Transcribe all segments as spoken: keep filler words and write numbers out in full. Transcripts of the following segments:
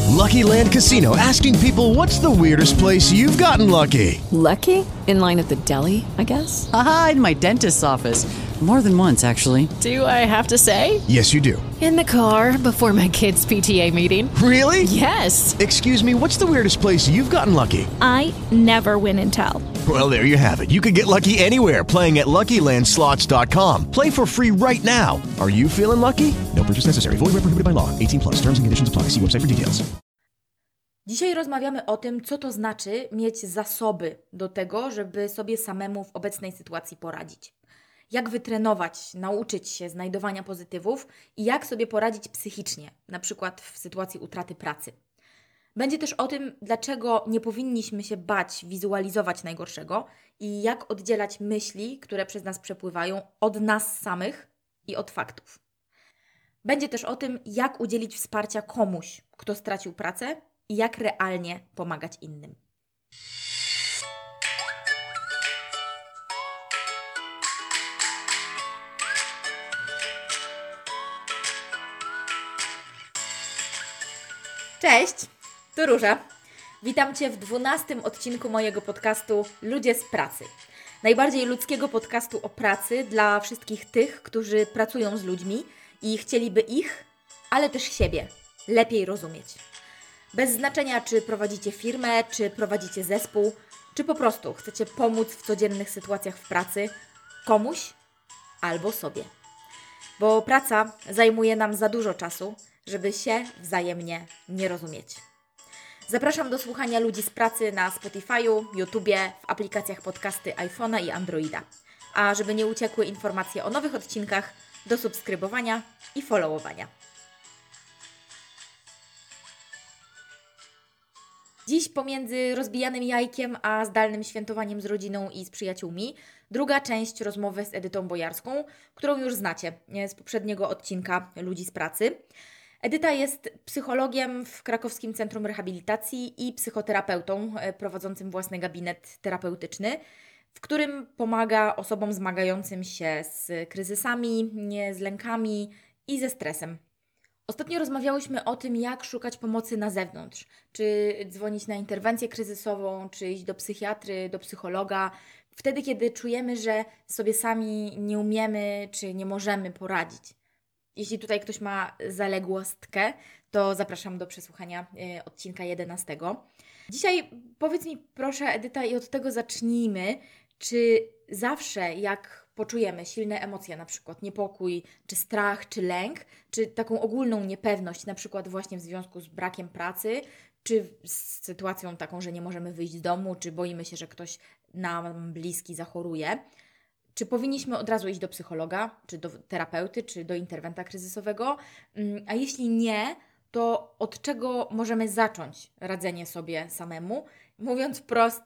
Lucky Land Casino, asking people, what's the weirdest place you've gotten lucky? Lucky? In line at the deli, I guess? Aha, in my dentist's office. More than once, actually. Do I have to say? Yes, you do. In the car before my kids' P T A meeting. Really? Yes. Excuse me, what's the weirdest place you've gotten lucky? I never win and tell. Well, there you have it. You can get lucky anywhere, playing at Lucky Land Slots dot com. Play for free right now. Are you feeling lucky? No purchase necessary. Void where prohibited by law. eighteen plus. Terms and conditions apply. See website for details. Dzisiaj rozmawiamy o tym, co to znaczy mieć zasoby do tego, żeby sobie samemu w obecnej sytuacji poradzić. Jak wytrenować, nauczyć się znajdowania pozytywów i jak sobie poradzić psychicznie, na przykład w sytuacji utraty pracy. Będzie też o tym, dlaczego nie powinniśmy się bać wizualizować najgorszego i jak oddzielać myśli, które przez nas przepływają, od nas samych i od faktów. Będzie też o tym, jak udzielić wsparcia komuś, kto stracił pracę i jak realnie pomagać innym. Cześć, tu Róża. Witam Cię w dwunastym odcinku mojego podcastu Ludzie z pracy. Najbardziej ludzkiego podcastu o pracy dla wszystkich tych, którzy pracują z ludźmi i chcieliby ich, ale też siebie, lepiej rozumieć. Bez znaczenia, czy prowadzicie firmę, czy prowadzicie zespół, czy po prostu chcecie pomóc w codziennych sytuacjach w pracy komuś albo sobie. Bo praca zajmuje nam za dużo czasu, żeby się wzajemnie nie rozumieć. Zapraszam do słuchania Ludzi z pracy na Spotify'u, YouTubie, w aplikacjach podcasty iPhone'a i Androida. A żeby nie uciekły informacje o nowych odcinkach, do subskrybowania i followowania. Dziś pomiędzy rozbijanym jajkiem a zdalnym świętowaniem z rodziną i z przyjaciółmi druga część rozmowy z Edytą Bojarską, którą już znacie z poprzedniego odcinka Ludzi z pracy. Edyta jest psychologiem w Krakowskim Centrum Rehabilitacji i psychoterapeutą prowadzącym własny gabinet terapeutyczny, w którym pomaga osobom zmagającym się z kryzysami, z lękami i ze stresem. Ostatnio rozmawiałyśmy o tym, jak szukać pomocy na zewnątrz, czy dzwonić na interwencję kryzysową, czy iść do psychiatry, do psychologa, wtedy kiedy czujemy, że sobie sami nie umiemy, czy nie możemy poradzić. Jeśli tutaj ktoś ma zaległostkę, to zapraszam do przesłuchania y, odcinka jedenastego. Dzisiaj powiedz mi proszę, Edyta, i od tego zacznijmy, czy zawsze jak poczujemy silne emocje, na przykład niepokój, czy strach, czy lęk, czy taką ogólną niepewność, na przykład właśnie w związku z brakiem pracy, czy z sytuacją taką, że nie możemy wyjść z domu, czy boimy się, że ktoś nam bliski zachoruje, czy powinniśmy od razu iść do psychologa, czy do terapeuty, czy do interwenta kryzysowego? A jeśli nie, to od czego możemy zacząć radzenie sobie samemu? Mówiąc wprost,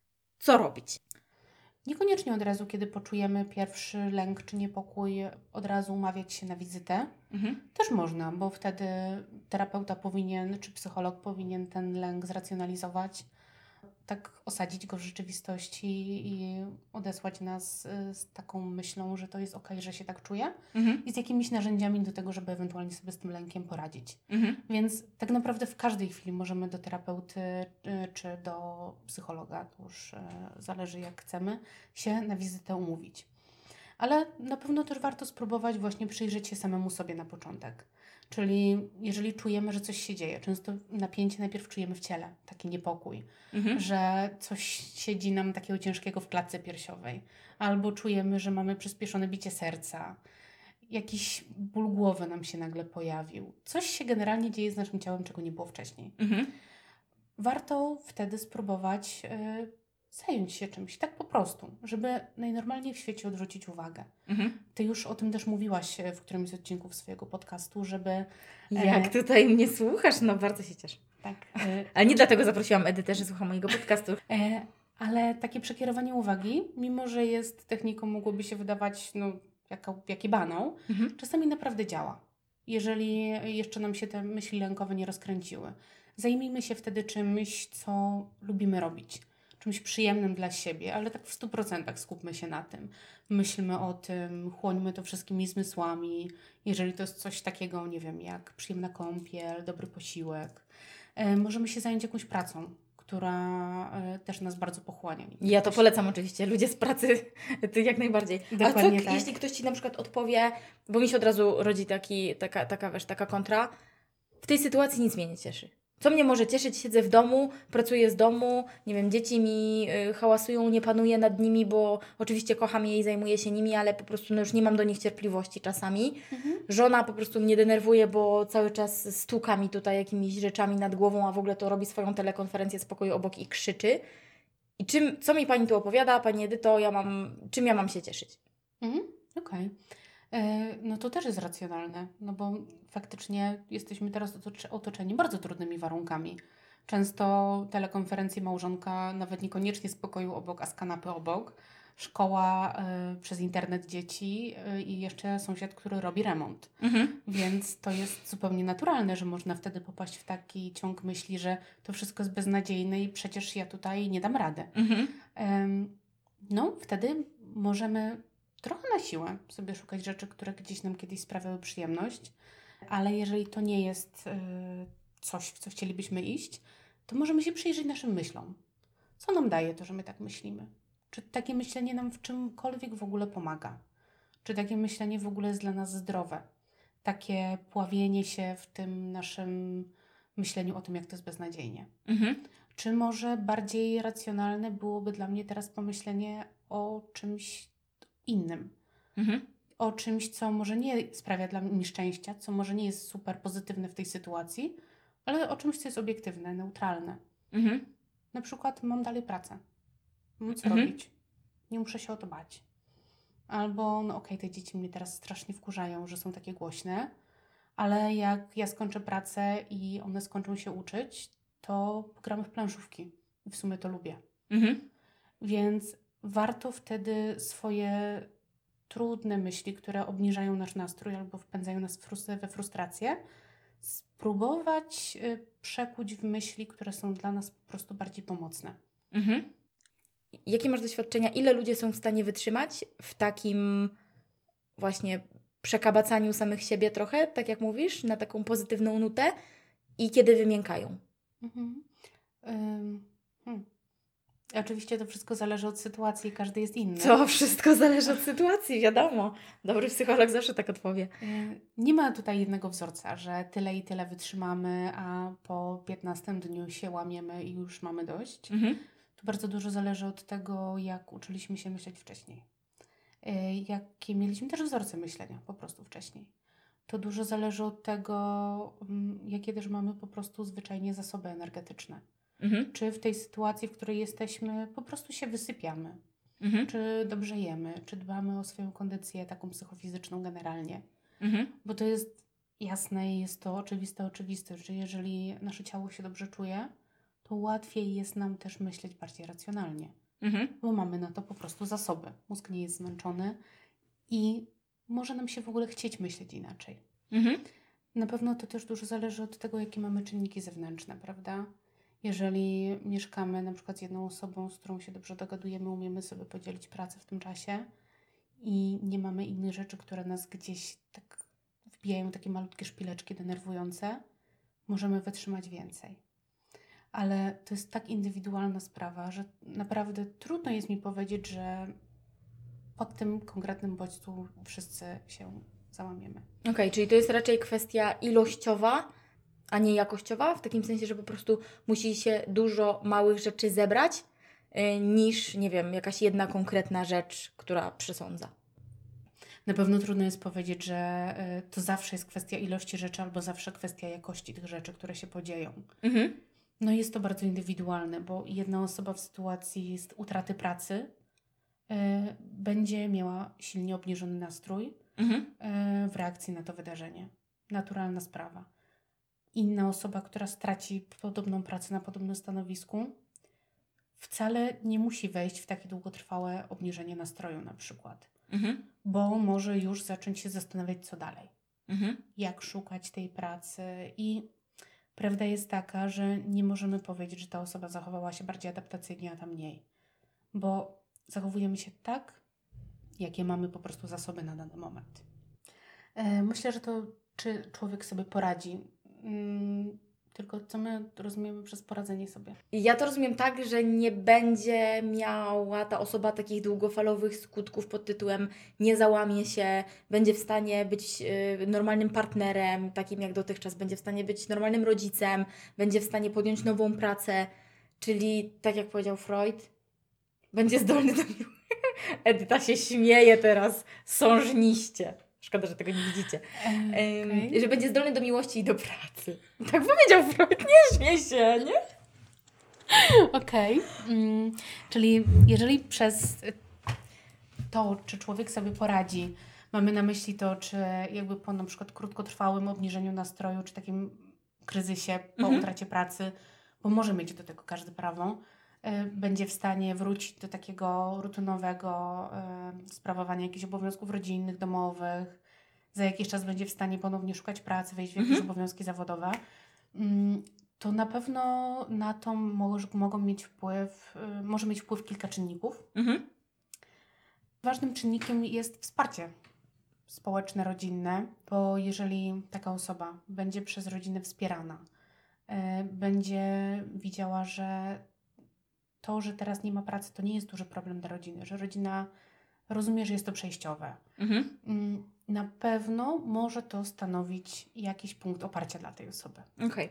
co robić? Niekoniecznie od razu, kiedy poczujemy pierwszy lęk czy niepokój, od razu umawiać się na wizytę. Mhm. Też można, bo wtedy terapeuta powinien, czy psycholog powinien ten lęk zracjonalizować, tak osadzić go w rzeczywistości i odesłać nas z taką myślą, że to jest okej, że się tak czuję mhm. i z jakimiś narzędziami do tego, żeby ewentualnie sobie z tym lękiem poradzić. Mhm. Więc tak naprawdę w każdej chwili możemy do terapeuty czy do psychologa, to już zależy jak chcemy, się na wizytę umówić. Ale na pewno też warto spróbować właśnie przyjrzeć się samemu sobie na początek. Czyli jeżeli czujemy, że coś się dzieje, często napięcie najpierw czujemy w ciele, taki niepokój, mhm. że coś siedzi nam takiego ciężkiego w klatce piersiowej, albo czujemy, że mamy przyspieszone bicie serca, jakiś ból głowy nam się nagle pojawił. Coś się generalnie dzieje z naszym ciałem, czego nie było wcześniej. Mhm. Warto wtedy spróbować y, zająć się czymś, tak po prostu, żeby najnormalniej w świecie odwrócić uwagę. Mhm. Ty już o tym też mówiłaś w którymś z odcinków swojego podcastu, żeby... Jak e... tutaj mnie słuchasz, no bardzo się cieszę. Tak. E... Ale nie dlatego zaprosiłam Edytę, że słucha mojego podcastu. E... Ale takie przekierowanie uwagi, mimo że jest techniką, mogłoby się wydawać, no, jako, jaki banał, mhm. czasami naprawdę działa. Jeżeli jeszcze nam się te myśli lękowe nie rozkręciły. Zajmijmy się wtedy czymś, co lubimy robić. Czymś przyjemnym dla siebie, ale tak w stu procentach skupmy się na tym. Myślmy o tym, chłońmy to wszystkimi zmysłami. Jeżeli to jest coś takiego, nie wiem, jak przyjemna kąpiel, dobry posiłek, E, możemy się zająć jakąś pracą, która e, też nas bardzo pochłania. Ja to polecam oczywiście, ludzie z pracy, ty jak najbardziej. Dokładnie A co, tak. jeśli ktoś Ci na przykład odpowie, bo mi się od razu rodzi taki, taka, taka, wiesz, taka kontra, w tej sytuacji nic mnie nie cieszy. Co mnie może cieszyć? Siedzę w domu, pracuję z domu, nie wiem, dzieci mi y, hałasują, nie panuję nad nimi, bo oczywiście kocham je i zajmuję się nimi, ale po prostu no, już nie mam do nich cierpliwości czasami. Mhm. Żona po prostu mnie denerwuje, bo cały czas stuka mi tutaj jakimiś rzeczami nad głową, a w ogóle to robi swoją telekonferencję z pokoju obok i krzyczy. I czym, co mi Pani tu opowiada, Pani Edyto, ja mam, czym ja mam się cieszyć? Mhm. Okej. E, No to też jest racjonalne, no bo faktycznie jesteśmy teraz otocz- otoczeni bardzo trudnymi warunkami. Często telekonferencje małżonka nawet niekoniecznie z pokoju obok, a z kanapy obok. Szkoła e, przez internet dzieci e, i jeszcze sąsiad, który robi remont. Mhm. Więc to jest zupełnie naturalne, że można wtedy popaść w taki ciąg myśli, że to wszystko jest beznadziejne i przecież ja tutaj nie dam rady. Mhm. Em, No, wtedy możemy trochę na siłę sobie szukać rzeczy, które gdzieś nam kiedyś sprawiały przyjemność, ale jeżeli to nie jest y, coś, w co chcielibyśmy iść, to możemy się przyjrzeć naszym myślom. Co nam daje to, że my tak myślimy? Czy takie myślenie nam w czymkolwiek w ogóle pomaga? Czy takie myślenie w ogóle jest dla nas zdrowe? Takie pławienie się w tym naszym myśleniu o tym, jak to jest beznadziejnie. Mhm. Czy może bardziej racjonalne byłoby dla mnie teraz pomyślenie o czymś innym? Mhm. O czymś, co może nie sprawia dla mnie szczęścia, co może nie jest super pozytywne w tej sytuacji, ale o czymś, co jest obiektywne, neutralne. Mhm. Na przykład mam dalej pracę. Mam co Mhm. robić. Nie muszę się o to bać. Albo, no okej, te dzieci mnie teraz strasznie wkurzają, że są takie głośne, ale jak ja skończę pracę i one skończą się uczyć, to gramy w planszówki. I w sumie to lubię. Mhm. Więc warto wtedy swoje trudne myśli, które obniżają nasz nastrój albo wpędzają nas frus- we frustrację, spróbować y, przekuć w myśli, które są dla nas po prostu bardziej pomocne. Mhm. Jakie masz doświadczenia? Ile ludzie są w stanie wytrzymać w takim właśnie przekabacaniu samych siebie trochę, tak jak mówisz, na taką pozytywną nutę i kiedy wymiękają? Mhm. Ym, hmm. Oczywiście to wszystko zależy od sytuacji, każdy jest inny. To wszystko zależy od sytuacji, wiadomo. Dobry psycholog zawsze tak odpowie. Y, Nie ma tutaj jednego wzorca, że tyle i tyle wytrzymamy, a po piętnastym dniu się łamiemy i już mamy dość. Mhm. To bardzo dużo zależy od tego, jak uczyliśmy się myśleć wcześniej. Y, Jakie mieliśmy też wzorce myślenia po prostu wcześniej. To dużo zależy od tego, mm, jakie też mamy po prostu zwyczajnie zasoby energetyczne. Mhm. Czy w tej sytuacji, w której jesteśmy, po prostu się wysypiamy. Mhm. Czy dobrze jemy, czy dbamy o swoją kondycję taką psychofizyczną generalnie. Mhm. Bo to jest jasne i jest to oczywiste, oczywiste, że jeżeli nasze ciało się dobrze czuje, to łatwiej jest nam też myśleć bardziej racjonalnie. Mhm. Bo mamy na to po prostu zasoby. Mózg nie jest zmęczony i może nam się w ogóle chcieć myśleć inaczej. Mhm. Na pewno to też dużo zależy od tego, jakie mamy czynniki zewnętrzne, prawda? Jeżeli mieszkamy na przykład z jedną osobą, z którą się dobrze dogadujemy, umiemy sobie podzielić pracę w tym czasie i nie mamy innych rzeczy, które nas gdzieś tak wbijają, takie malutkie szpileczki denerwujące, możemy wytrzymać więcej. Ale to jest tak indywidualna sprawa, że naprawdę trudno jest mi powiedzieć, że pod tym konkretnym bodźcu wszyscy się załamiemy. Okej, czyli to jest raczej kwestia ilościowa, a nie jakościowa, w takim sensie, że po prostu musi się dużo małych rzeczy zebrać, yy, niż, nie wiem, jakaś jedna konkretna rzecz, która przesądza. Na pewno trudno jest powiedzieć, że y, to zawsze jest kwestia ilości rzeczy albo zawsze kwestia jakości tych rzeczy, które się podzieją. Mhm. No jest to bardzo indywidualne, bo jedna osoba w sytuacji jest utraty pracy y, będzie miała silnie obniżony nastrój Mhm. y, w reakcji na to wydarzenie. Naturalna sprawa. Inna osoba, która straci podobną pracę na podobnym stanowisku, wcale nie musi wejść w takie długotrwałe obniżenie nastroju na przykład. Mhm. Bo może już zacząć się zastanawiać, co dalej. Mhm. Jak szukać tej pracy. I prawda jest taka, że nie możemy powiedzieć, że ta osoba zachowała się bardziej adaptacyjnie, a ta mniej. Bo zachowujemy się tak, jakie mamy po prostu zasoby na dany moment. E, Myślę, że to, czy człowiek sobie poradzi, mm, Tylko co my rozumiemy przez poradzenie sobie? Ja to rozumiem tak, że nie będzie miała ta osoba takich długofalowych skutków pod tytułem nie załamie się, będzie w stanie być y, normalnym partnerem, takim jak dotychczas, będzie w stanie być normalnym rodzicem, będzie w stanie podjąć nową pracę, czyli tak jak powiedział Freud, będzie zdolny do miłości. Edyta się śmieje teraz sążniście. Szkoda, że tego nie widzicie. Um, okay. Że będzie zdolny do miłości i do pracy. Tak powiedział Freud, nie śmiej się, nie? Okej. Okay. Mm, czyli jeżeli przez to, czy człowiek sobie poradzi, mamy na myśli to, czy jakby po na przykład krótkotrwałym obniżeniu nastroju, czy takim kryzysie po mhm. utracie pracy, bo może mieć do tego każde prawo, y, będzie w stanie wrócić do takiego rutynowego y, sprawowania jakichś obowiązków rodzinnych, domowych, za jakiś czas będzie w stanie ponownie szukać pracy, wejść w jakieś mhm. obowiązki zawodowe, y, to na pewno na to może, mogą mieć wpływ, y, może mieć wpływ kilka czynników. Mhm. Ważnym czynnikiem jest wsparcie społeczne, rodzinne, bo jeżeli taka osoba będzie przez rodzinę wspierana, y, będzie widziała, że to, że teraz nie ma pracy, to nie jest duży problem dla rodziny, że rodzina rozumie, że jest to przejściowe. Mhm. Y, na pewno może to stanowić jakiś punkt oparcia dla tej osoby. Okay.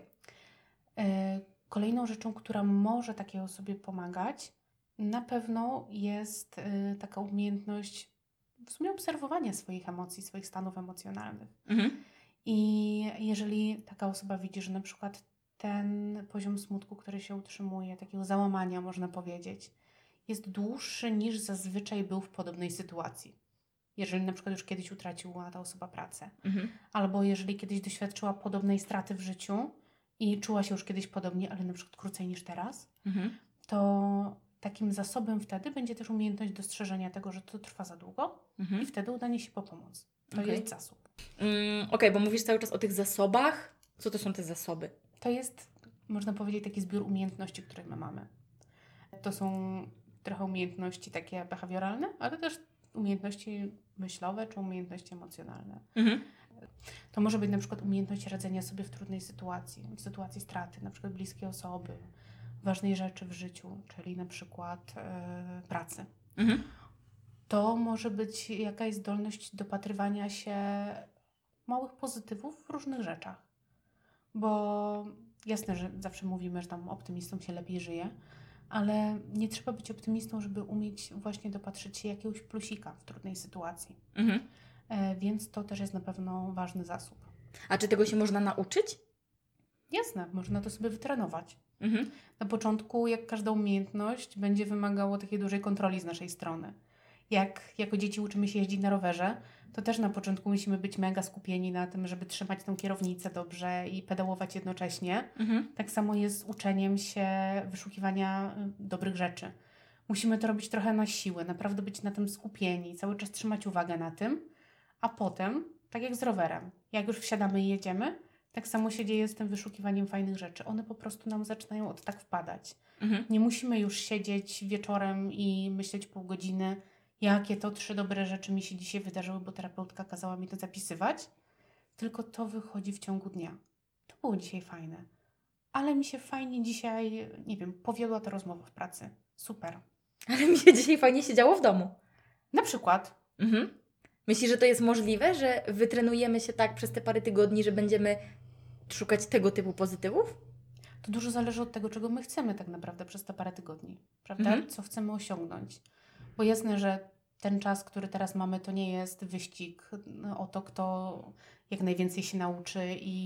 Y, kolejną rzeczą, która może takiej osobie pomagać, na pewno jest y, taka umiejętność w sumie obserwowania swoich emocji, swoich stanów emocjonalnych. Mhm. I jeżeli taka osoba widzi, że na przykład ten poziom smutku, który się utrzymuje, takiego załamania można powiedzieć, jest dłuższy niż zazwyczaj był w podobnej sytuacji. Jeżeli na przykład już kiedyś utraciła ta osoba pracę. Mhm. Albo jeżeli kiedyś doświadczyła podobnej straty w życiu i czuła się już kiedyś podobnie, ale na przykład krócej niż teraz, mhm. to takim zasobem wtedy będzie też umiejętność dostrzeżenia tego, że to trwa za długo mhm. i wtedy udanie się po pomoc. To okay. jest zasób. Mm, Okej, okay, bo mówisz cały czas o tych zasobach. Co to są te zasoby? To jest, można powiedzieć, taki zbiór umiejętności, które my mamy. To są trochę umiejętności takie behawioralne, ale też umiejętności myślowe czy umiejętności emocjonalne. Mhm. To może być na przykład umiejętność radzenia sobie w trudnej sytuacji, w sytuacji straty, na przykład bliskiej osoby, ważnej rzeczy w życiu, czyli na przykład yy, pracy. Mhm. To może być jakaś zdolność dopatrywania się małych pozytywów w różnych rzeczach. Bo jasne, że zawsze mówimy, że tam optymistom się lepiej żyje, ale nie trzeba być optymistą, żeby umieć właśnie dopatrzyć się jakiegoś plusika w trudnej sytuacji. Mhm. E, więc to też jest na pewno ważny zasób. A czy tego się można nauczyć? Jasne, można to sobie wytrenować. Mhm. Na początku, jak każda umiejętność, będzie wymagało takiej dużej kontroli z naszej strony. Jak jako dzieci uczymy się jeździć na rowerze, to też na początku musimy być mega skupieni na tym, żeby trzymać tą kierownicę dobrze i pedałować jednocześnie. Mhm. Tak samo jest z uczeniem się wyszukiwania dobrych rzeczy. Musimy to robić trochę na siłę, naprawdę być na tym skupieni, cały czas trzymać uwagę na tym, a potem, tak jak z rowerem, jak już wsiadamy i jedziemy, tak samo się dzieje z tym wyszukiwaniem fajnych rzeczy. One po prostu nam zaczynają od tak wpadać. Mhm. Nie musimy już siedzieć wieczorem i myśleć pół godziny, jakie to trzy dobre rzeczy mi się dzisiaj wydarzyły, bo terapeutka kazała mi to zapisywać. Tylko to wychodzi w ciągu dnia. To było dzisiaj fajne. Ale mi się fajnie dzisiaj, nie wiem, powiodła ta rozmowa w pracy. Super. Ale mi się dzisiaj fajnie siedziało w domu. Na przykład. Mhm. Myślisz, że to jest możliwe, że wytrenujemy się tak przez te parę tygodni, że będziemy szukać tego typu pozytywów? To dużo zależy od tego, czego my chcemy tak naprawdę przez te parę tygodni. Prawda? Mhm. Co chcemy osiągnąć. Bo jasne, że ten czas, który teraz mamy, to nie jest wyścig o to, kto jak najwięcej się nauczy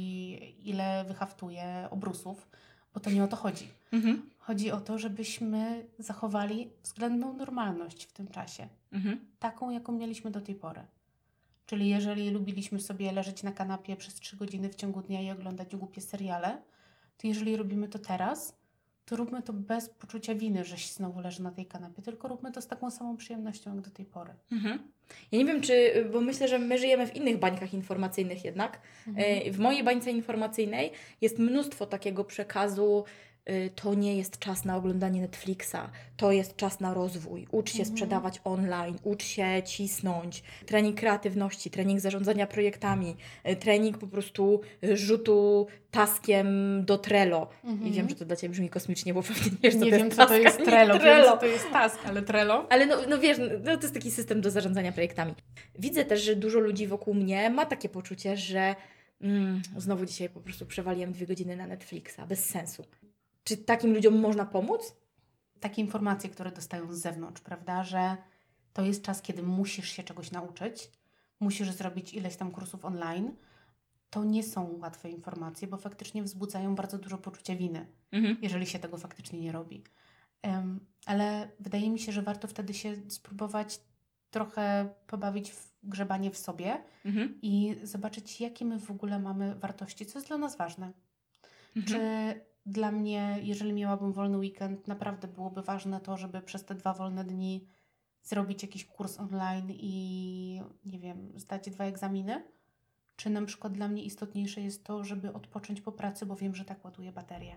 i ile wyhaftuje obrusów, bo to nie o to chodzi. Mhm. Chodzi o to, żebyśmy zachowali względną normalność w tym czasie. Mhm. Taką, jaką mieliśmy do tej pory. Czyli jeżeli lubiliśmy sobie leżeć na kanapie przez trzy godziny w ciągu dnia i oglądać głupie seriale, to jeżeli robimy to teraz, to róbmy to bez poczucia winy, że się znowu leży na tej kanapie, tylko róbmy to z taką samą przyjemnością jak do tej pory. Mhm. Ja nie wiem, czy, bo myślę, że my żyjemy w innych bańkach informacyjnych jednak. Mhm. W mojej bańce informacyjnej jest mnóstwo takiego przekazu to nie jest czas na oglądanie Netflixa, to jest czas na rozwój, ucz się Mhm. sprzedawać online, ucz się cisnąć, trening kreatywności, trening zarządzania projektami, y, trening po prostu y, rzutu taskiem do Trello. I wiem, że to dla Ciebie brzmi kosmicznie, bo pewnie nie wiesz, co Nie to wiem, jest co task, to jest ani Trello, Trello. wiem, co to jest task, ale Trello. Ale no, no wiesz, no to jest taki system do zarządzania projektami. Widzę też, że dużo ludzi wokół mnie ma takie poczucie, że mm, znowu dzisiaj po prostu przewaliłem dwie godziny na Netflixa, bez sensu. Czy takim ludziom można pomóc? Takie informacje, które dostają z zewnątrz, prawda, że to jest czas, kiedy musisz się czegoś nauczyć, musisz zrobić ileś tam kursów online, to nie są łatwe informacje, bo faktycznie wzbudzają bardzo dużo poczucia winy, Mhm. jeżeli się tego faktycznie nie robi. Um, ale wydaje mi się, że warto wtedy się spróbować trochę pobawić w grzebanie w sobie Mhm. i zobaczyć, jakie my w ogóle mamy wartości, co jest dla nas ważne. Czy dla mnie, jeżeli miałabym wolny weekend, naprawdę byłoby ważne to, żeby przez te dwa wolne dni zrobić jakiś kurs online i, nie wiem, zdać dwa egzaminy? Czy na przykład dla mnie istotniejsze jest to, żeby odpocząć po pracy, bo wiem, że tak ładuję baterię?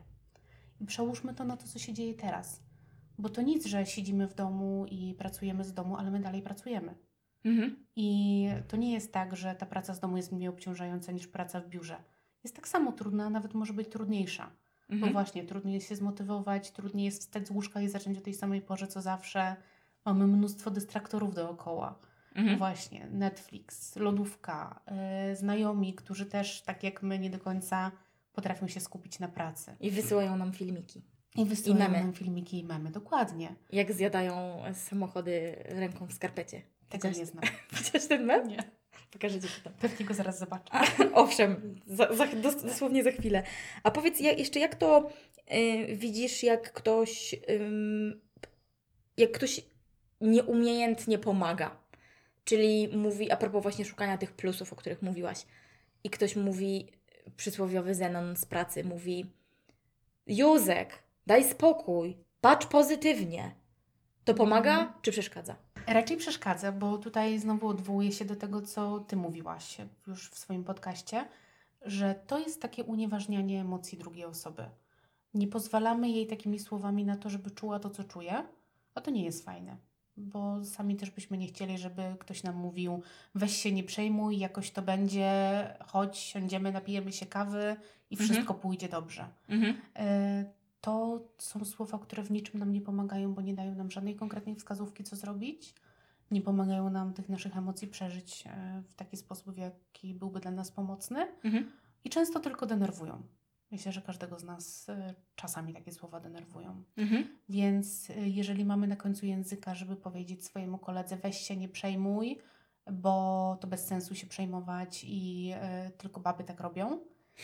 I przełóżmy to na to, co się dzieje teraz. Bo to nic, że siedzimy w domu i pracujemy z domu, ale my dalej pracujemy. Mhm. I to nie jest tak, że ta praca z domu jest mniej obciążająca niż praca w biurze. Jest tak samo trudna, a nawet może być trudniejsza. Mhm. Bo właśnie trudniej jest się zmotywować, trudniej jest wstać z łóżka i zacząć o tej samej porze co zawsze. Mamy mnóstwo dystraktorów dookoła. Mhm. Właśnie Netflix, lodówka, yy, znajomi, którzy też, tak jak my, nie do końca potrafią się skupić na pracy. I wysyłają nam filmiki. I wysyłają memy. nam filmiki i memy. Dokładnie. Jak zjadają samochody ręką w skarpecie. Tego Widziałaś- nie znam. Widziałaś ten mem? Nie. Pokażę Ci potem. Pewnie go zaraz zobaczę. A, owszem, za, za, dos, dosłownie za chwilę. A powiedz ja, jeszcze, jak to y, widzisz, jak ktoś, ym, jak ktoś nieumiejętnie pomaga? Czyli mówi, a propos właśnie szukania tych plusów, o których mówiłaś. I ktoś mówi, przysłowiowy Zenon z pracy mówi: Józek, daj spokój, patrz pozytywnie. To pomaga czy przeszkadza? Raczej przeszkadza, bo tutaj znowu odwołuję się do tego, co Ty mówiłaś już w swoim podcaście, że to jest takie unieważnianie emocji drugiej osoby. Nie pozwalamy jej takimi słowami na to, żeby czuła to, co czuje, a to nie jest fajne, bo sami też byśmy nie chcieli, żeby ktoś nam mówił: weź się, nie przejmuj, jakoś to będzie, chodź, siądziemy, napijemy się kawy i Mhm. wszystko pójdzie dobrze. Mhm. Y, To są słowa, które w niczym nam nie pomagają, bo nie dają nam żadnej konkretnej wskazówki, co zrobić. Nie pomagają nam tych naszych emocji przeżyć e, w taki sposób, w jaki byłby dla nas pomocny. Mhm. I często tylko denerwują. Myślę, że każdego z nas e, czasami takie słowa denerwują. Mhm. Więc e, jeżeli mamy na końcu języka, żeby powiedzieć swojemu koledze: weź się, nie przejmuj, bo to bez sensu się przejmować i e, tylko baby tak robią.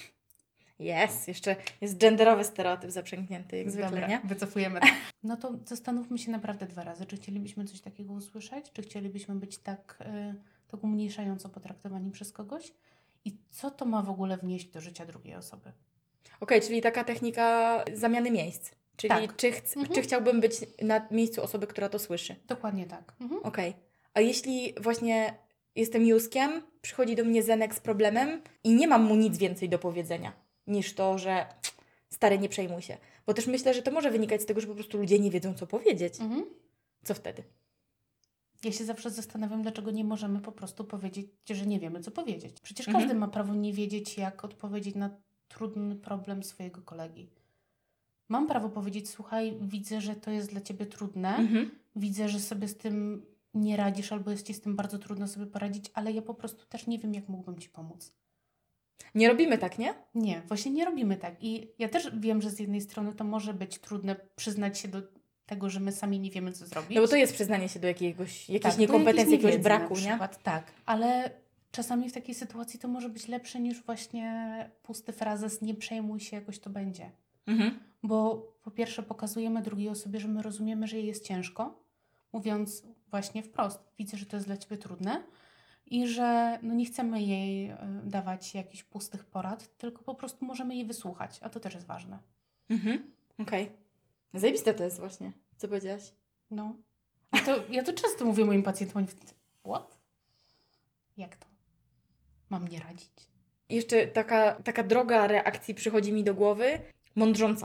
Jest, jeszcze jest genderowy stereotyp zaprzęgnięty, jak zwykle, Dobra, nie? wycofujemy. No to zastanówmy się naprawdę dwa razy, czy chcielibyśmy coś takiego usłyszeć, czy chcielibyśmy być tak, y, tak umniejszająco potraktowani przez kogoś i co to ma w ogóle wnieść do życia drugiej osoby. Okej, czyli taka technika zamiany miejsc. Czyli Tak. czy, chc- Mhm. czy chciałbym być na miejscu osoby, która to słyszy? Dokładnie tak. Mhm. Okej. A jeśli właśnie jestem Józkiem, przychodzi do mnie Zenek z problemem i nie mam mu nic więcej do powiedzenia niż to, że stary, nie przejmuj się. Bo też myślę, że to może wynikać z tego, że po prostu ludzie nie wiedzą, co powiedzieć. Mhm. Co wtedy? Ja się zawsze zastanawiam, dlaczego nie możemy po prostu powiedzieć, że nie wiemy, co powiedzieć. Przecież Mhm. każdy ma prawo nie wiedzieć, jak odpowiedzieć na trudny problem swojego kolegi. Mam prawo powiedzieć: słuchaj, widzę, że to jest dla Ciebie trudne, Mhm. widzę, że sobie z tym nie radzisz albo jest Ci z tym bardzo trudno sobie poradzić, ale ja po prostu też nie wiem, jak mógłbym Ci pomóc. Nie robimy tak, nie? Nie, właśnie nie robimy tak. I ja też wiem, że z jednej strony to może być trudne przyznać się do tego, że my sami nie wiemy, co zrobić. No bo to jest przyznanie się do jakiegoś, jakiejś Tak, do niekompetencji, jakiejś jakiegoś niewiedzy braku, na nie? przykład, tak, ale czasami w takiej sytuacji to może być lepsze niż właśnie pusty frazes: nie przejmuj się, jakoś to będzie. Mhm. Bo po pierwsze pokazujemy drugiej osobie, że my rozumiemy, że jej jest ciężko, mówiąc właśnie wprost: widzę, że to jest dla Ciebie trudne i że no nie chcemy jej y, dawać jakichś pustych porad, tylko po prostu możemy jej wysłuchać, a to też jest ważne. Mhm. Okej. Zajebiste to jest właśnie. Co powiedziałaś? No. Ja to, ja to często mówię moim pacjentom: oni wtedy: what? Jak to? Mam nie radzić? Jeszcze taka, taka droga reakcji przychodzi mi do głowy. Mądrząca się.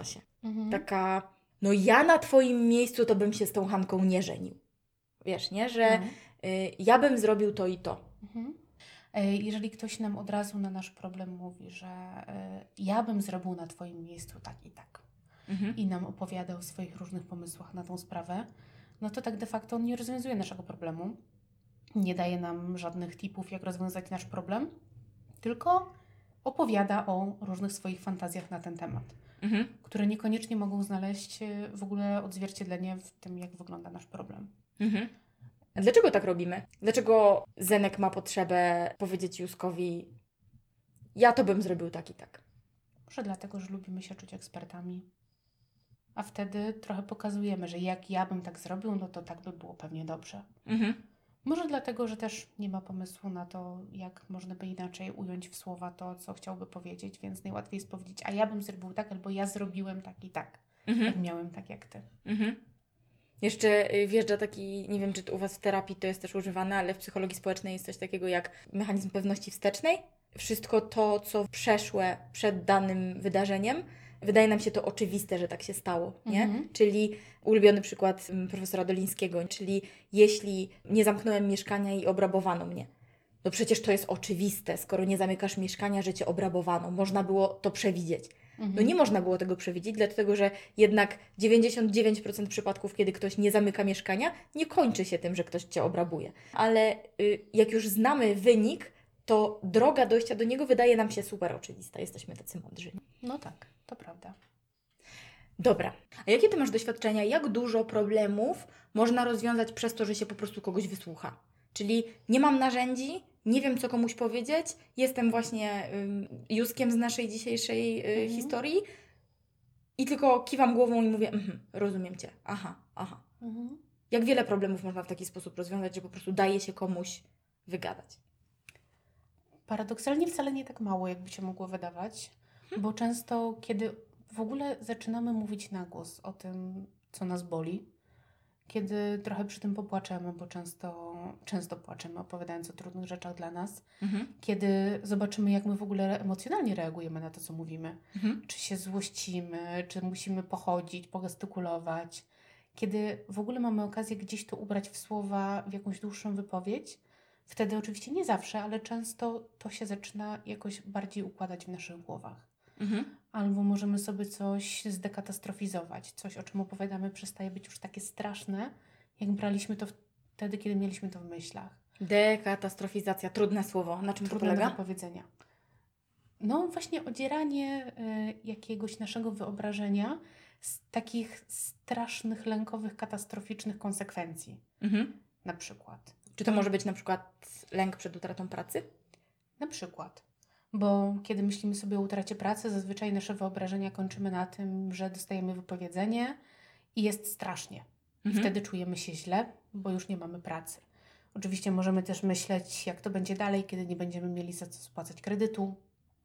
Mhm. Taka, no ja na twoim miejscu to bym się z tą Hanką nie żenił. Wiesz, nie? Że No. y, ja bym zrobił to i to. Mhm. E, Jeżeli ktoś nam od razu na nasz problem mówi, że e, ja bym zrobił na twoim miejscu tak i tak Mhm. i nam opowiada o swoich różnych pomysłach na tą sprawę, no to tak de facto on nie rozwiązuje naszego problemu, nie daje nam żadnych tipów, jak rozwiązać nasz problem, tylko opowiada o różnych swoich fantazjach na ten temat, Mhm. które niekoniecznie mogą znaleźć e, w ogóle odzwierciedlenie w tym, jak wygląda nasz problem. Mhm. A dlaczego tak robimy? Dlaczego Zenek ma potrzebę powiedzieć Józkowi, ja to bym zrobił tak i tak? Może dlatego, że lubimy się czuć ekspertami. A wtedy trochę pokazujemy, że jak ja bym tak zrobił, no to tak by było pewnie dobrze. Mhm. Może dlatego, że też nie ma pomysłu na to, jak można by inaczej ująć w słowa to, co chciałby powiedzieć, więc najłatwiej jest powiedzieć, a ja bym zrobił tak, albo ja zrobiłem tak i tak, Mhm. jak miałem tak jak ty. Mhm. Jeszcze y, wjeżdża taki, nie wiem czy to u Was w terapii to jest też używane, ale w psychologii społecznej jest coś takiego jak mechanizm pewności wstecznej. Wszystko to, co przeszłe przed danym wydarzeniem, wydaje nam się to oczywiste, że tak się stało, nie? Mhm. Czyli ulubiony przykład mm, profesora Dolińskiego, czyli jeśli nie zamknąłem mieszkania i obrabowano mnie, no przecież to jest oczywiste, skoro nie zamykasz mieszkania, że Cię obrabowano. Można było to przewidzieć. No nie można było tego przewidzieć, dlatego że jednak dziewięćdziesiąt dziewięć procent przypadków, kiedy ktoś nie zamyka mieszkania, nie kończy się tym, że ktoś Cię obrabuje. Ale y, jak już znamy wynik, to droga dojścia do niego wydaje nam się super oczywista. Jesteśmy tacy mądrzy. No tak, to prawda. Dobra. A jakie Ty masz doświadczenia? Jak dużo problemów można rozwiązać przez to, że się po prostu kogoś wysłucha? Czyli nie mam narzędzi, nie wiem, co komuś powiedzieć, jestem właśnie ym, Józkiem z naszej dzisiejszej y, Mhm. historii i tylko kiwam głową i mówię, mhm, rozumiem Cię, aha, aha. Mhm. Jak wiele problemów można w taki sposób rozwiązać, że po prostu daje się komuś wygadać? Paradoksalnie wcale nie tak mało, jakby się mogło wydawać, bo często, kiedy w ogóle zaczynamy mówić na głos o tym, co nas boli, kiedy trochę przy tym popłaczemy, bo często, często płaczemy, opowiadając o trudnych rzeczach dla nas, Mhm. kiedy zobaczymy, jak my w ogóle emocjonalnie reagujemy na to, co mówimy, Mhm. czy się złościmy, czy musimy pochodzić, pogestykulować, kiedy w ogóle mamy okazję gdzieś to ubrać w słowa, w jakąś dłuższą wypowiedź, wtedy oczywiście nie zawsze, ale często to się zaczyna jakoś bardziej układać w naszych głowach. Mhm. Albo możemy sobie coś zdekatastrofizować. Coś, o czym opowiadamy, przestaje być już takie straszne, jak braliśmy to wtedy, kiedy mieliśmy to w myślach. Dekatastrofizacja, trudne słowo. Na czym Trudne to do polega? wypowiedzenia. No właśnie odzieranie y, jakiegoś naszego wyobrażenia z takich strasznych, lękowych, katastroficznych konsekwencji. Mhm. Na przykład. Czy to może być na przykład lęk przed utratą pracy? Na przykład. Bo kiedy myślimy sobie o utracie pracy, zazwyczaj nasze wyobrażenia kończymy na tym, że dostajemy wypowiedzenie i jest strasznie. Mhm. I wtedy czujemy się źle, bo już nie mamy pracy. Oczywiście możemy też myśleć, jak to będzie dalej, kiedy nie będziemy mieli za co spłacać kredytu,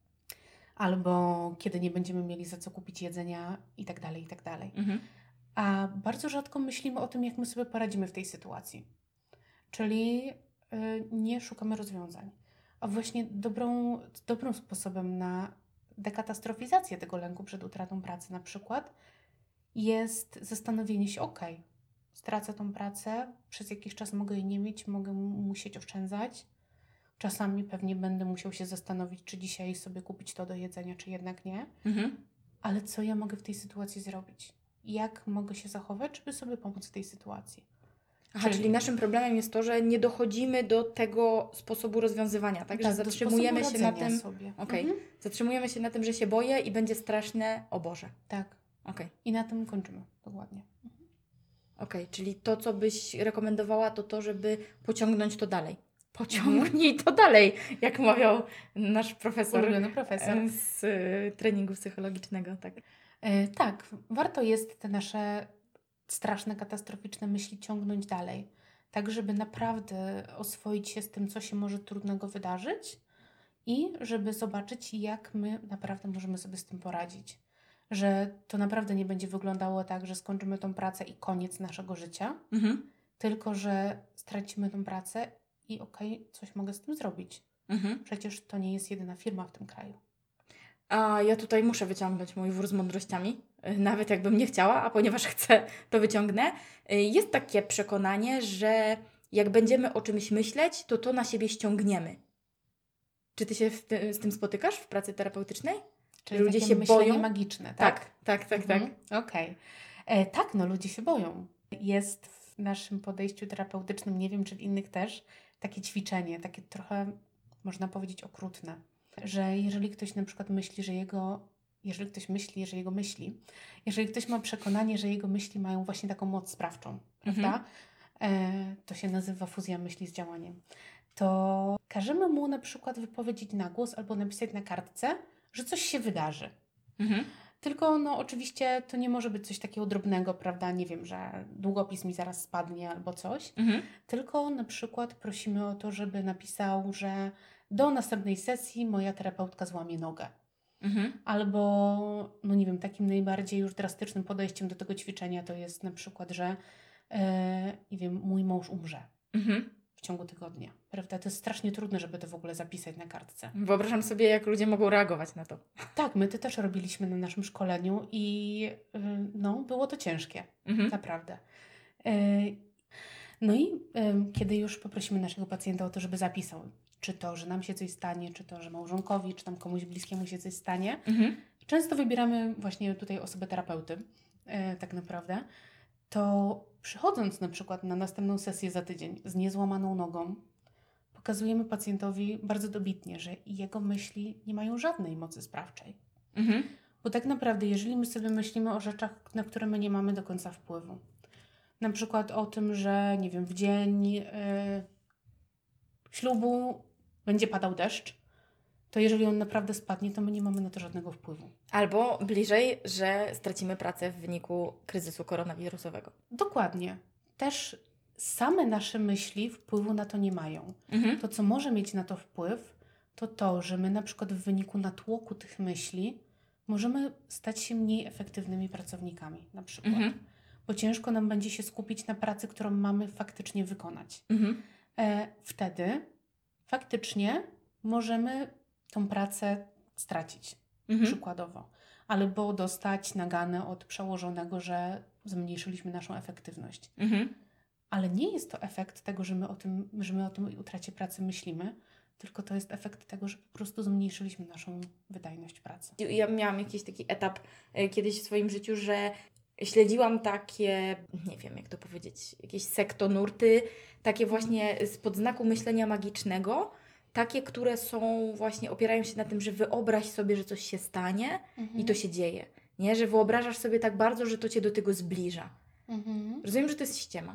albo kiedy nie będziemy mieli za co kupić jedzenia i tak dalej, i tak dalej. Mhm. A bardzo rzadko myślimy o tym, jak my sobie poradzimy w tej sytuacji. Czyli y, nie szukamy rozwiązań. A właśnie dobrą, dobrym sposobem na dekatastrofizację tego lęku przed utratą pracy na przykład jest zastanowienie się, ok, stracę tą pracę, przez jakiś czas mogę jej nie mieć, mogę musieć oszczędzać. Czasami pewnie będę musiał się zastanowić, czy dzisiaj sobie kupić to do jedzenia, czy jednak nie. Mhm. Ale co ja mogę w tej sytuacji zrobić? Jak mogę się zachować, żeby sobie pomóc w tej sytuacji? Aha, czyli naszym problemem jest to, że nie dochodzimy do tego sposobu rozwiązywania, tak? Że do zatrzymujemy sposobu się na radzenia tym. sobie. Okej. Mhm. Zatrzymujemy się na tym, że się boję i będzie straszne, o Boże. Tak. Okej. I na tym kończymy. Dokładnie. Okej, czyli to, co byś rekomendowała, to to, żeby pociągnąć to dalej. Pociągnij to dalej, jak mawiał nasz profesor, Ulubiony profesor. e, z e, treningu psychologicznego, tak. E, tak, warto jest te nasze straszne, katastroficzne myśli ciągnąć dalej. Tak, żeby naprawdę oswoić się z tym, co się może trudnego wydarzyć i żeby zobaczyć, jak my naprawdę możemy sobie z tym poradzić. Że to naprawdę nie będzie wyglądało tak, że skończymy tą pracę i koniec naszego życia, Mhm. tylko że stracimy tą pracę i okej, coś mogę z tym zrobić. Mhm. Przecież to nie jest jedyna firma w tym kraju. A ja tutaj muszę wyciągnąć mój wór z mądrościami, nawet jakbym nie chciała, a ponieważ chcę, to wyciągnę. Jest takie przekonanie, że jak będziemy o czymś myśleć, to to na siebie ściągniemy. Czy ty się w ty, z tym spotykasz w pracy terapeutycznej? Czyli ludzie takie się myślenie boją? magiczne, tak? Tak, tak, tak, tak. Mhm. Okej. E, Tak, no ludzie się boją. Jest w naszym podejściu terapeutycznym, nie wiem czy w innych też, takie ćwiczenie, takie trochę, można powiedzieć, okrutne, że jeżeli ktoś na przykład myśli, że jego, jeżeli ktoś myśli, że jego myśli, jeżeli ktoś ma przekonanie, że jego myśli mają właśnie taką moc sprawczą, prawda? E, to się nazywa fuzja myśli z działaniem. To każemy mu na przykład wypowiedzieć na głos albo napisać na kartce, że coś się wydarzy. Mhm. Tylko no oczywiście to nie może być coś takiego drobnego, prawda? Nie wiem, że długopis mi zaraz spadnie albo coś. Mhm. Tylko na przykład prosimy o to, żeby napisał, że do następnej sesji moja terapeutka złamie nogę. Mhm. Albo, no nie wiem, takim najbardziej już drastycznym podejściem do tego ćwiczenia to jest na przykład, że e, nie wiem, mój mąż umrze Mhm. w ciągu tygodnia, prawda? To jest strasznie trudne, żeby to w ogóle zapisać na kartce. Wyobrażam sobie, jak ludzie mogą reagować na to. Tak, my to też robiliśmy na naszym szkoleniu i y, no, było to ciężkie, Mhm. naprawdę. Y, No i y, kiedy już poprosimy naszego pacjenta o to, żeby zapisał, czy to, że nam się coś stanie, czy to, że małżonkowi, czy tam komuś bliskiemu się coś stanie, Mhm. często wybieramy właśnie tutaj osobę terapeuty, y, tak naprawdę, to przychodząc na przykład na następną sesję za tydzień z niezłamaną nogą, pokazujemy pacjentowi bardzo dobitnie, że jego myśli nie mają żadnej mocy sprawczej. Mhm. Bo tak naprawdę, jeżeli my sobie myślimy o rzeczach, na które my nie mamy do końca wpływu, na przykład o tym, że nie wiem, w dzień yy, ślubu będzie padał deszcz, to jeżeli on naprawdę spadnie, to my nie mamy na to żadnego wpływu. Albo bliżej, że stracimy pracę w wyniku kryzysu koronawirusowego. Dokładnie. Też same nasze myśli wpływu na to nie mają. Mhm. To, co może mieć na to wpływ, to to, że my na przykład w wyniku natłoku tych myśli możemy stać się mniej efektywnymi pracownikami, na przykład. Mhm. Bo ciężko nam będzie się skupić na pracy, którą mamy faktycznie wykonać. Mhm. E, wtedy faktycznie możemy tą pracę stracić, Mhm. przykładowo. Albo dostać naganę od przełożonego, że zmniejszyliśmy naszą efektywność. Mhm. Ale nie jest to efekt tego, że my o tym, że my o tym utracie pracy myślimy, tylko to jest efekt tego, że po prostu zmniejszyliśmy naszą wydajność pracy. Ja miałam jakiś taki etap e, kiedyś w swoim życiu, że śledziłam takie, nie wiem jak to powiedzieć, jakieś sektonurty, takie właśnie spod znaku myślenia magicznego, takie, które są właśnie, opierają się na tym, że wyobraź sobie, że coś się stanie Mhm. i to się dzieje. Nie? Że wyobrażasz sobie tak bardzo, że to Cię do tego zbliża. Mhm. Rozumiem, że to jest ściema.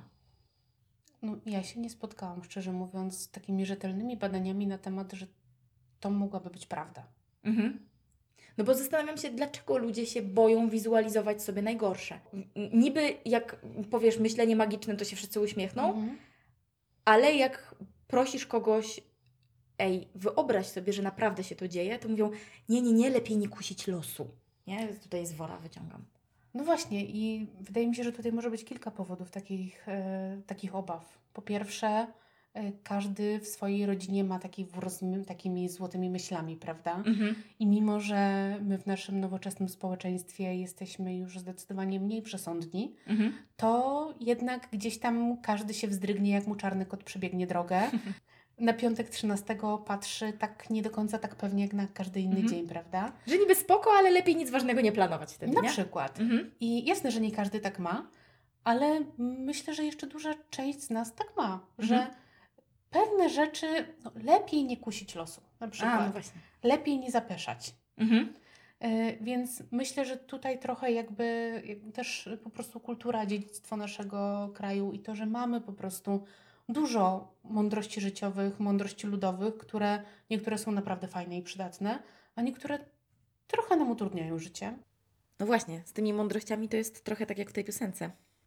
No, ja się nie spotkałam, szczerze mówiąc, z takimi rzetelnymi badaniami na temat, że to mogłaby być prawda. Mhm. No bo zastanawiam się, dlaczego ludzie się boją wizualizować sobie najgorsze. N- Niby jak powiesz myślenie magiczne, to się wszyscy uśmiechną, Mhm. ale jak prosisz kogoś, ej, wyobraź sobie, że naprawdę się to dzieje, to mówią, nie, nie, nie, lepiej nie kusić losu. Nie? Tutaj z wora wyciągam. No właśnie i wydaje mi się, że tutaj może być kilka powodów takich, e, takich obaw. Po pierwsze, e, każdy w swojej rodzinie ma taki wór z my- takimi złotymi myślami, prawda? Mhm. I mimo, że my w naszym nowoczesnym społeczeństwie jesteśmy już zdecydowanie mniej przesądni, Mhm. to jednak gdzieś tam każdy się wzdrygnie, jak mu czarny kot przebiegnie drogę. Na piątek trzynastego patrzy tak nie do końca tak pewnie jak na każdy inny Mhm. dzień, prawda? Że niby spoko, ale lepiej nic ważnego nie planować wtedy, Na nie? przykład. Mhm. I jasne, że nie każdy tak ma, ale myślę, że jeszcze duża część z nas tak ma, że Mhm. pewne rzeczy no, lepiej nie kusić losu, na przykład. A, no właśnie. Lepiej nie zapeszać. Mhm. E, Więc myślę, że tutaj trochę jakby jakby też po prostu kultura, dziedzictwo naszego kraju i to, że mamy po prostu dużo mądrości życiowych, mądrości ludowych, które niektóre są naprawdę fajne i przydatne, a niektóre trochę nam utrudniają życie. No właśnie, z tymi mądrościami to jest trochę tak jak w tej piosence.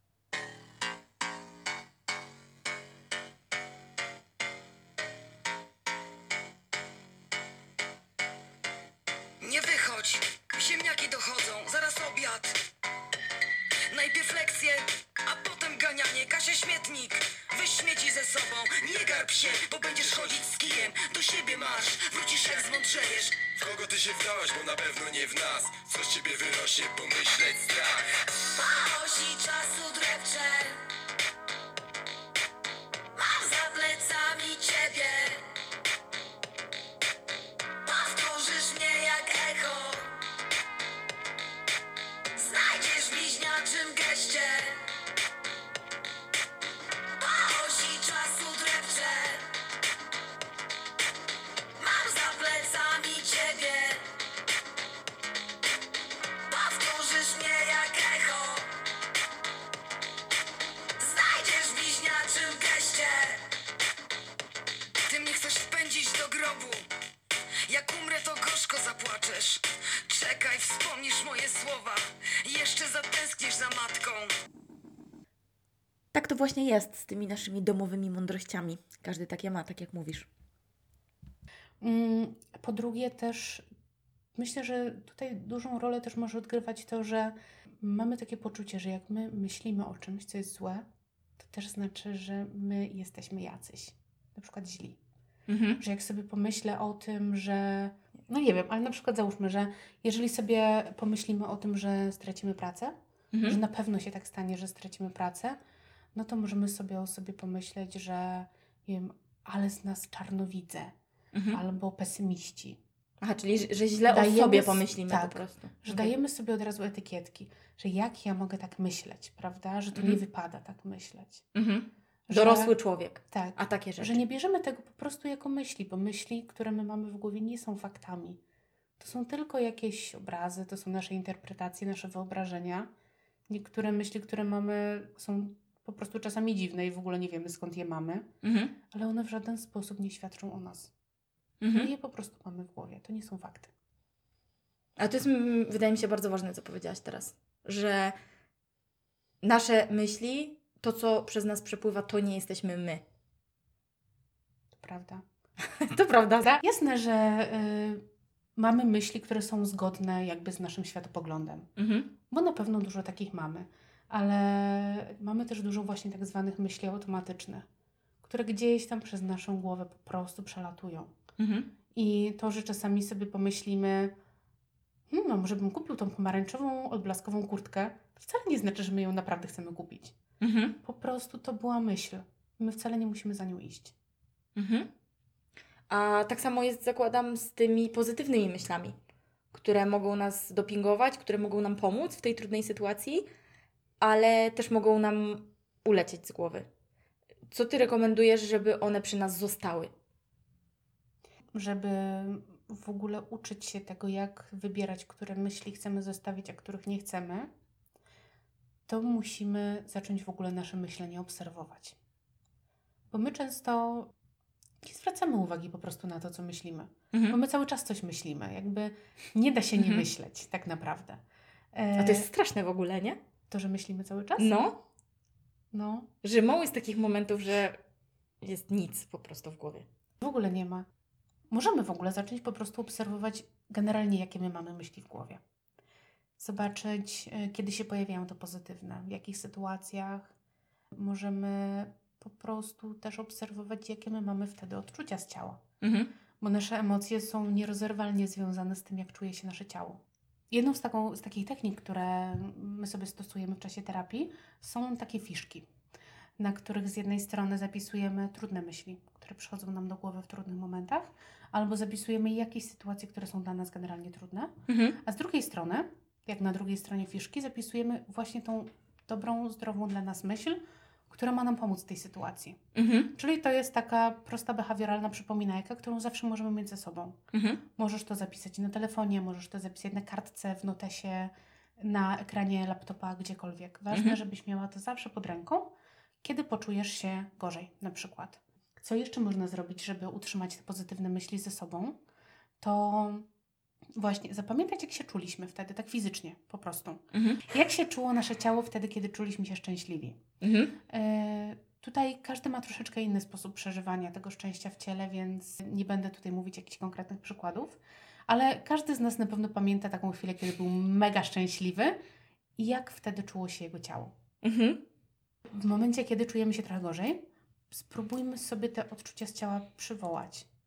Nie wychodź, ziemniaki dochodzą, zaraz obiad. Najpierw lekcje, a potem ganianie. Kasia śmietnik, weź śmieci ze sobą. Nie garb się, bo będziesz chodzić z kijem. Do siebie marsz, wrócisz jak zmądrzejesz. W kogo ty się wdałaś, bo na pewno nie w nas. Co z ciebie wyrośnie, pomyśleć strach. Po osi czasu drepczę. Mam za plecami ciebie. Powtórzysz mnie jak echo. Znajdziesz w bliźniaczym geście. Po osi czasu drepczę. Mam za plecami ciebie. Powtórzysz mnie jak echo. Znajdziesz w bliźniaczym geście. Ty mnie chcesz wpędzić do grobu. Jak umrę, to gorzko zapłaczesz. Czekaj, wspomnisz moje słowa. Jeszcze zatęskniesz za matką. Tak to właśnie jest z tymi naszymi domowymi mądrościami. Każdy takie ma, tak jak mówisz. Mm, Po drugie też myślę, że tutaj dużą rolę też może odgrywać to, że mamy takie poczucie, że jak my myślimy o czymś, co jest złe, to też znaczy, że my jesteśmy jacyś, na przykład źli. Mhm. Że jak sobie pomyślę o tym, że, no nie wiem, ale na przykład załóżmy, że jeżeli sobie pomyślimy o tym, że stracimy pracę, Mhm. że na pewno się tak stanie, że stracimy pracę, no to możemy sobie o sobie pomyśleć, że nie wiem, ale z nas czarnowidze, Mhm. albo pesymiści. Aha, czyli że- że źle Dajemy o sobie s- pomyślimy tak, po prostu. Że Okej. dajemy sobie od razu etykietki, że jak ja mogę tak myśleć, prawda? Że to Mhm. nie wypada tak myśleć. Mhm. Że- Dorosły człowiek. Tak. A takie rzeczy. Że nie bierzemy tego po prostu jako myśli, bo myśli, które my mamy w głowie, nie są faktami. To są tylko jakieś obrazy, to są nasze interpretacje, nasze wyobrażenia. Niektóre myśli, które mamy, są po prostu czasami dziwne i w ogóle nie wiemy, skąd je mamy, Mhm. ale one w żaden sposób nie świadczą o nas. Mhm. My je po prostu mamy w głowie, to nie są fakty. Ale to jest, mm, wydaje mi się, bardzo ważne, co powiedziałaś teraz. Że nasze myśli, to co przez nas przepływa, to nie jesteśmy my. To prawda. To prawda, tak? Jasne, że y, mamy myśli, które są zgodne jakby z naszym światopoglądem, Mhm. bo na pewno dużo takich mamy, ale mamy też dużo właśnie tak zwanych myśli automatycznych, które gdzieś tam przez naszą głowę po prostu przelatują. Mhm. I to, że czasami sobie pomyślimy, hmm, no może bym kupił tą pomarańczową, odblaskową kurtkę, to wcale nie znaczy, że my ją naprawdę chcemy kupić. Mhm. Po prostu to była myśl. My wcale nie musimy za nią iść. Mhm. A tak samo jest, zakładam, z tymi pozytywnymi myślami, które mogą nas dopingować, które mogą nam pomóc w tej trudnej sytuacji, ale też mogą nam ulecieć z głowy. Co Ty rekomendujesz, żeby one przy nas zostały? Żeby w ogóle uczyć się tego, jak wybierać, które myśli chcemy zostawić, a których nie chcemy, to musimy zacząć w ogóle nasze myślenie obserwować. Bo my często nie zwracamy uwagi po prostu na to, co myślimy. Mhm. Bo my cały czas coś myślimy. Jakby nie da się nie Mhm. myśleć tak naprawdę. E, A to jest straszne w ogóle, nie? to, że myślimy cały czas? No, No, że mało jest takich momentów, że jest nic po prostu w głowie. w ogóle nie ma. Możemy w ogóle zacząć po prostu obserwować generalnie, jakie my mamy myśli w głowie. Zobaczyć, e, kiedy się pojawiają te pozytywne, w jakich sytuacjach. Możemy po prostu też obserwować, jakie my mamy wtedy odczucia z ciała. Mhm. Bo nasze emocje są nierozerwalnie związane z tym, jak czuje się nasze ciało. Jedną z, taką, z takich technik, które my sobie stosujemy w czasie terapii, są takie fiszki, na których z jednej strony zapisujemy trudne myśli, które przychodzą nam do głowy w trudnych momentach, albo zapisujemy jakieś sytuacje, które są dla nas generalnie trudne, Mhm. a z drugiej strony, jak na drugiej stronie fiszki, zapisujemy właśnie tą dobrą, zdrową dla nas myśl, która ma nam pomóc w tej sytuacji. Mhm. Czyli to jest taka prosta behawioralna przypominajka, którą zawsze możemy mieć ze sobą. Mhm. Możesz to zapisać na telefonie, możesz to zapisać na kartce, w notesie, na ekranie laptopa, gdziekolwiek. Ważne, Mhm. żebyś miała to zawsze pod ręką, kiedy poczujesz się gorzej na przykład. Co jeszcze można zrobić, żeby utrzymać te pozytywne myśli ze sobą? To właśnie zapamiętać, jak się czuliśmy wtedy, tak fizycznie po prostu. Mhm. Jak się czuło nasze ciało wtedy, kiedy czuliśmy się szczęśliwi. Mhm. E, Tutaj każdy ma troszeczkę inny sposób przeżywania tego szczęścia w ciele, więc nie będę tutaj mówić jakichś konkretnych przykładów, ale każdy z nas na pewno pamięta taką chwilę, kiedy był mega szczęśliwy i jak wtedy czuło się jego ciało. Mhm. W momencie, kiedy czujemy się trochę gorzej, spróbujmy sobie te odczucia z ciała przywołać.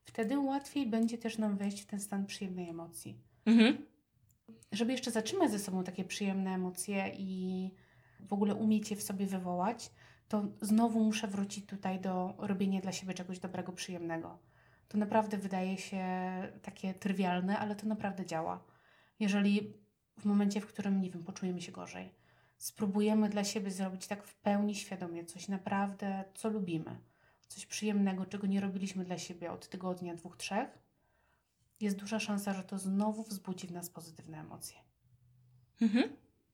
wtedy łatwiej będzie też nam wejść w ten stan przyjemnej emocji. Mhm. Żeby jeszcze zatrzymać ze sobą takie przyjemne emocje i w ogóle umieć je w sobie wywołać, to znowu muszę wrócić tutaj do robienia dla siebie czegoś dobrego, przyjemnego. To naprawdę wydaje się takie trywialne, ale to naprawdę działa. Jeżeli w momencie, w którym, nie wiem, poczujemy się gorzej, spróbujemy dla siebie zrobić tak w pełni świadomie coś naprawdę, co lubimy, coś przyjemnego, czego nie robiliśmy dla siebie od tygodnia, dwóch, trzech, jest duża szansa, że to znowu wzbudzi w nas pozytywne emocje. Mhm.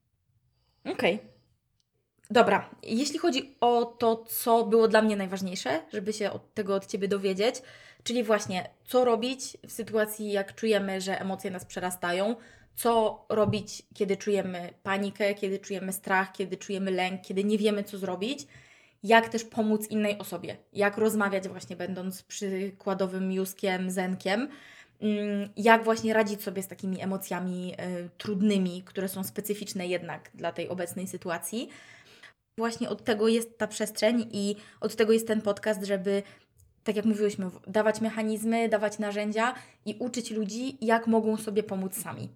Okej. Okay. Dobra, jeśli chodzi o to, co było dla mnie najważniejsze, żeby się od tego od Ciebie dowiedzieć, czyli właśnie co robić w sytuacji, jak czujemy, że emocje nas przerastają, co robić, kiedy czujemy panikę, kiedy czujemy strach, kiedy czujemy lęk, kiedy nie wiemy, co zrobić, jak też pomóc innej osobie, jak rozmawiać właśnie będąc przykładowym Józkiem, Zenkiem, jak właśnie radzić sobie z takimi emocjami y, trudnymi, które są specyficzne jednak dla tej obecnej sytuacji. Właśnie od tego jest ta przestrzeń i od tego jest ten podcast, żeby, tak jak mówiłyśmy, dawać mechanizmy, dawać narzędzia i uczyć ludzi, jak mogą sobie pomóc sami.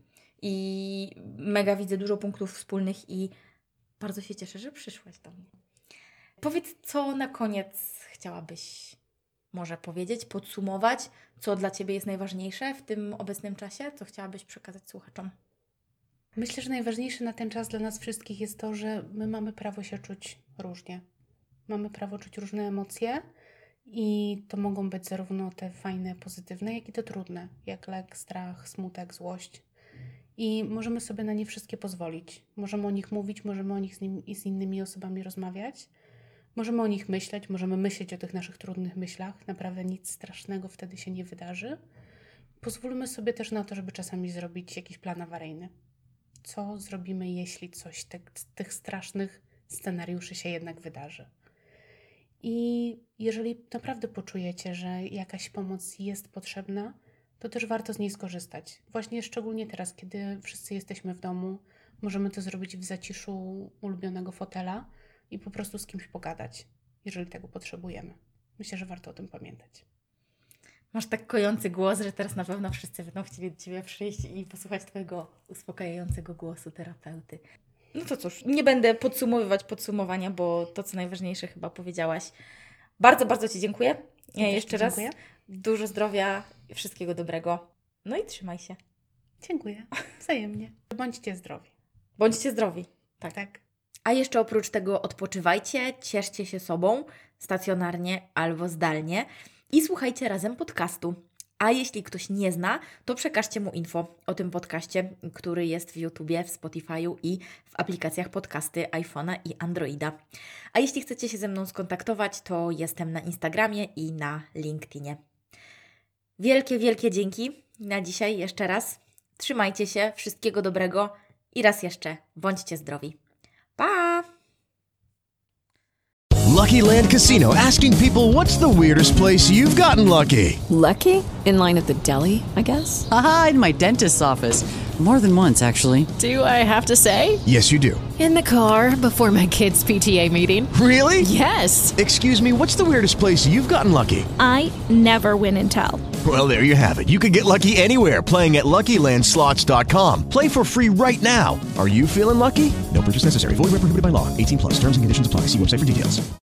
I mega widzę dużo punktów wspólnych i bardzo się cieszę, że przyszłaś do mnie. Powiedz, co na koniec chciałabyś może powiedzieć, podsumować, co dla Ciebie jest najważniejsze w tym obecnym czasie, co chciałabyś przekazać słuchaczom? Myślę, że najważniejsze na ten czas dla nas wszystkich jest to, że my mamy prawo się czuć różnie. Mamy prawo czuć różne emocje i to mogą być zarówno te fajne, pozytywne, jak i te trudne, jak lęk, strach, smutek, złość. I możemy sobie na nie wszystkie pozwolić. Możemy o nich mówić, możemy o nich z, nim, i z innymi osobami rozmawiać. Możemy o nich myśleć, możemy myśleć o tych naszych trudnych myślach. Naprawdę nic strasznego wtedy się nie wydarzy. Pozwólmy sobie też na to, żeby czasami zrobić jakiś plan awaryjny. Co zrobimy, jeśli coś te, z tych strasznych scenariuszy się jednak wydarzy. I jeżeli naprawdę poczujecie, że jakaś pomoc jest potrzebna, to też warto z niej skorzystać. Właśnie szczególnie teraz, kiedy wszyscy jesteśmy w domu, możemy to zrobić w zaciszu ulubionego fotela i po prostu z kimś pogadać, jeżeli tego potrzebujemy. Myślę, że warto o tym pamiętać. Masz tak kojący głos, że teraz na pewno wszyscy będą chcieli do Ciebie przyjść i posłuchać Twojego uspokajającego głosu terapeuty. No to cóż, nie będę podsumowywać podsumowania, bo to, co najważniejsze chyba powiedziałaś. Bardzo, bardzo Ci dziękuję. Ja jeszcze raz dziękuję. Dużo zdrowia, wszystkiego dobrego. No i trzymaj się. Dziękuję. Wzajemnie. Bądźcie zdrowi. Bądźcie zdrowi. Tak. Tak. A jeszcze oprócz tego odpoczywajcie, cieszcie się sobą, stacjonarnie albo zdalnie i słuchajcie razem podcastu. A jeśli ktoś nie zna, to przekażcie mu info o tym podcaście, który jest w YouTubie, w Spotify'u i w aplikacjach podcasty iPhone'a i Androida. A jeśli chcecie się ze mną skontaktować, to jestem na Instagramie i na LinkedInie. Wielkie, wielkie dzięki na dzisiaj jeszcze raz. Trzymajcie się, wszystkiego dobrego i raz jeszcze bądźcie zdrowi. Pa! Lucky Land Casino, asking people, what's the weirdest place you've gotten lucky? Lucky? In line at the deli, I guess? Aha, in my dentist's office. More than once, actually. Do I have to say? Yes, you do. In the car before my kids' P T A meeting. Really? Yes. Excuse me, what's the weirdest place you've gotten lucky? I never win and tell. Well, there you have it. You can get lucky anywhere, playing at Lucky Land Slots dot com. Play for free right now. Are you feeling lucky? No purchase necessary. Void where prohibited by law. eighteen plus. Terms and conditions apply. See website for details.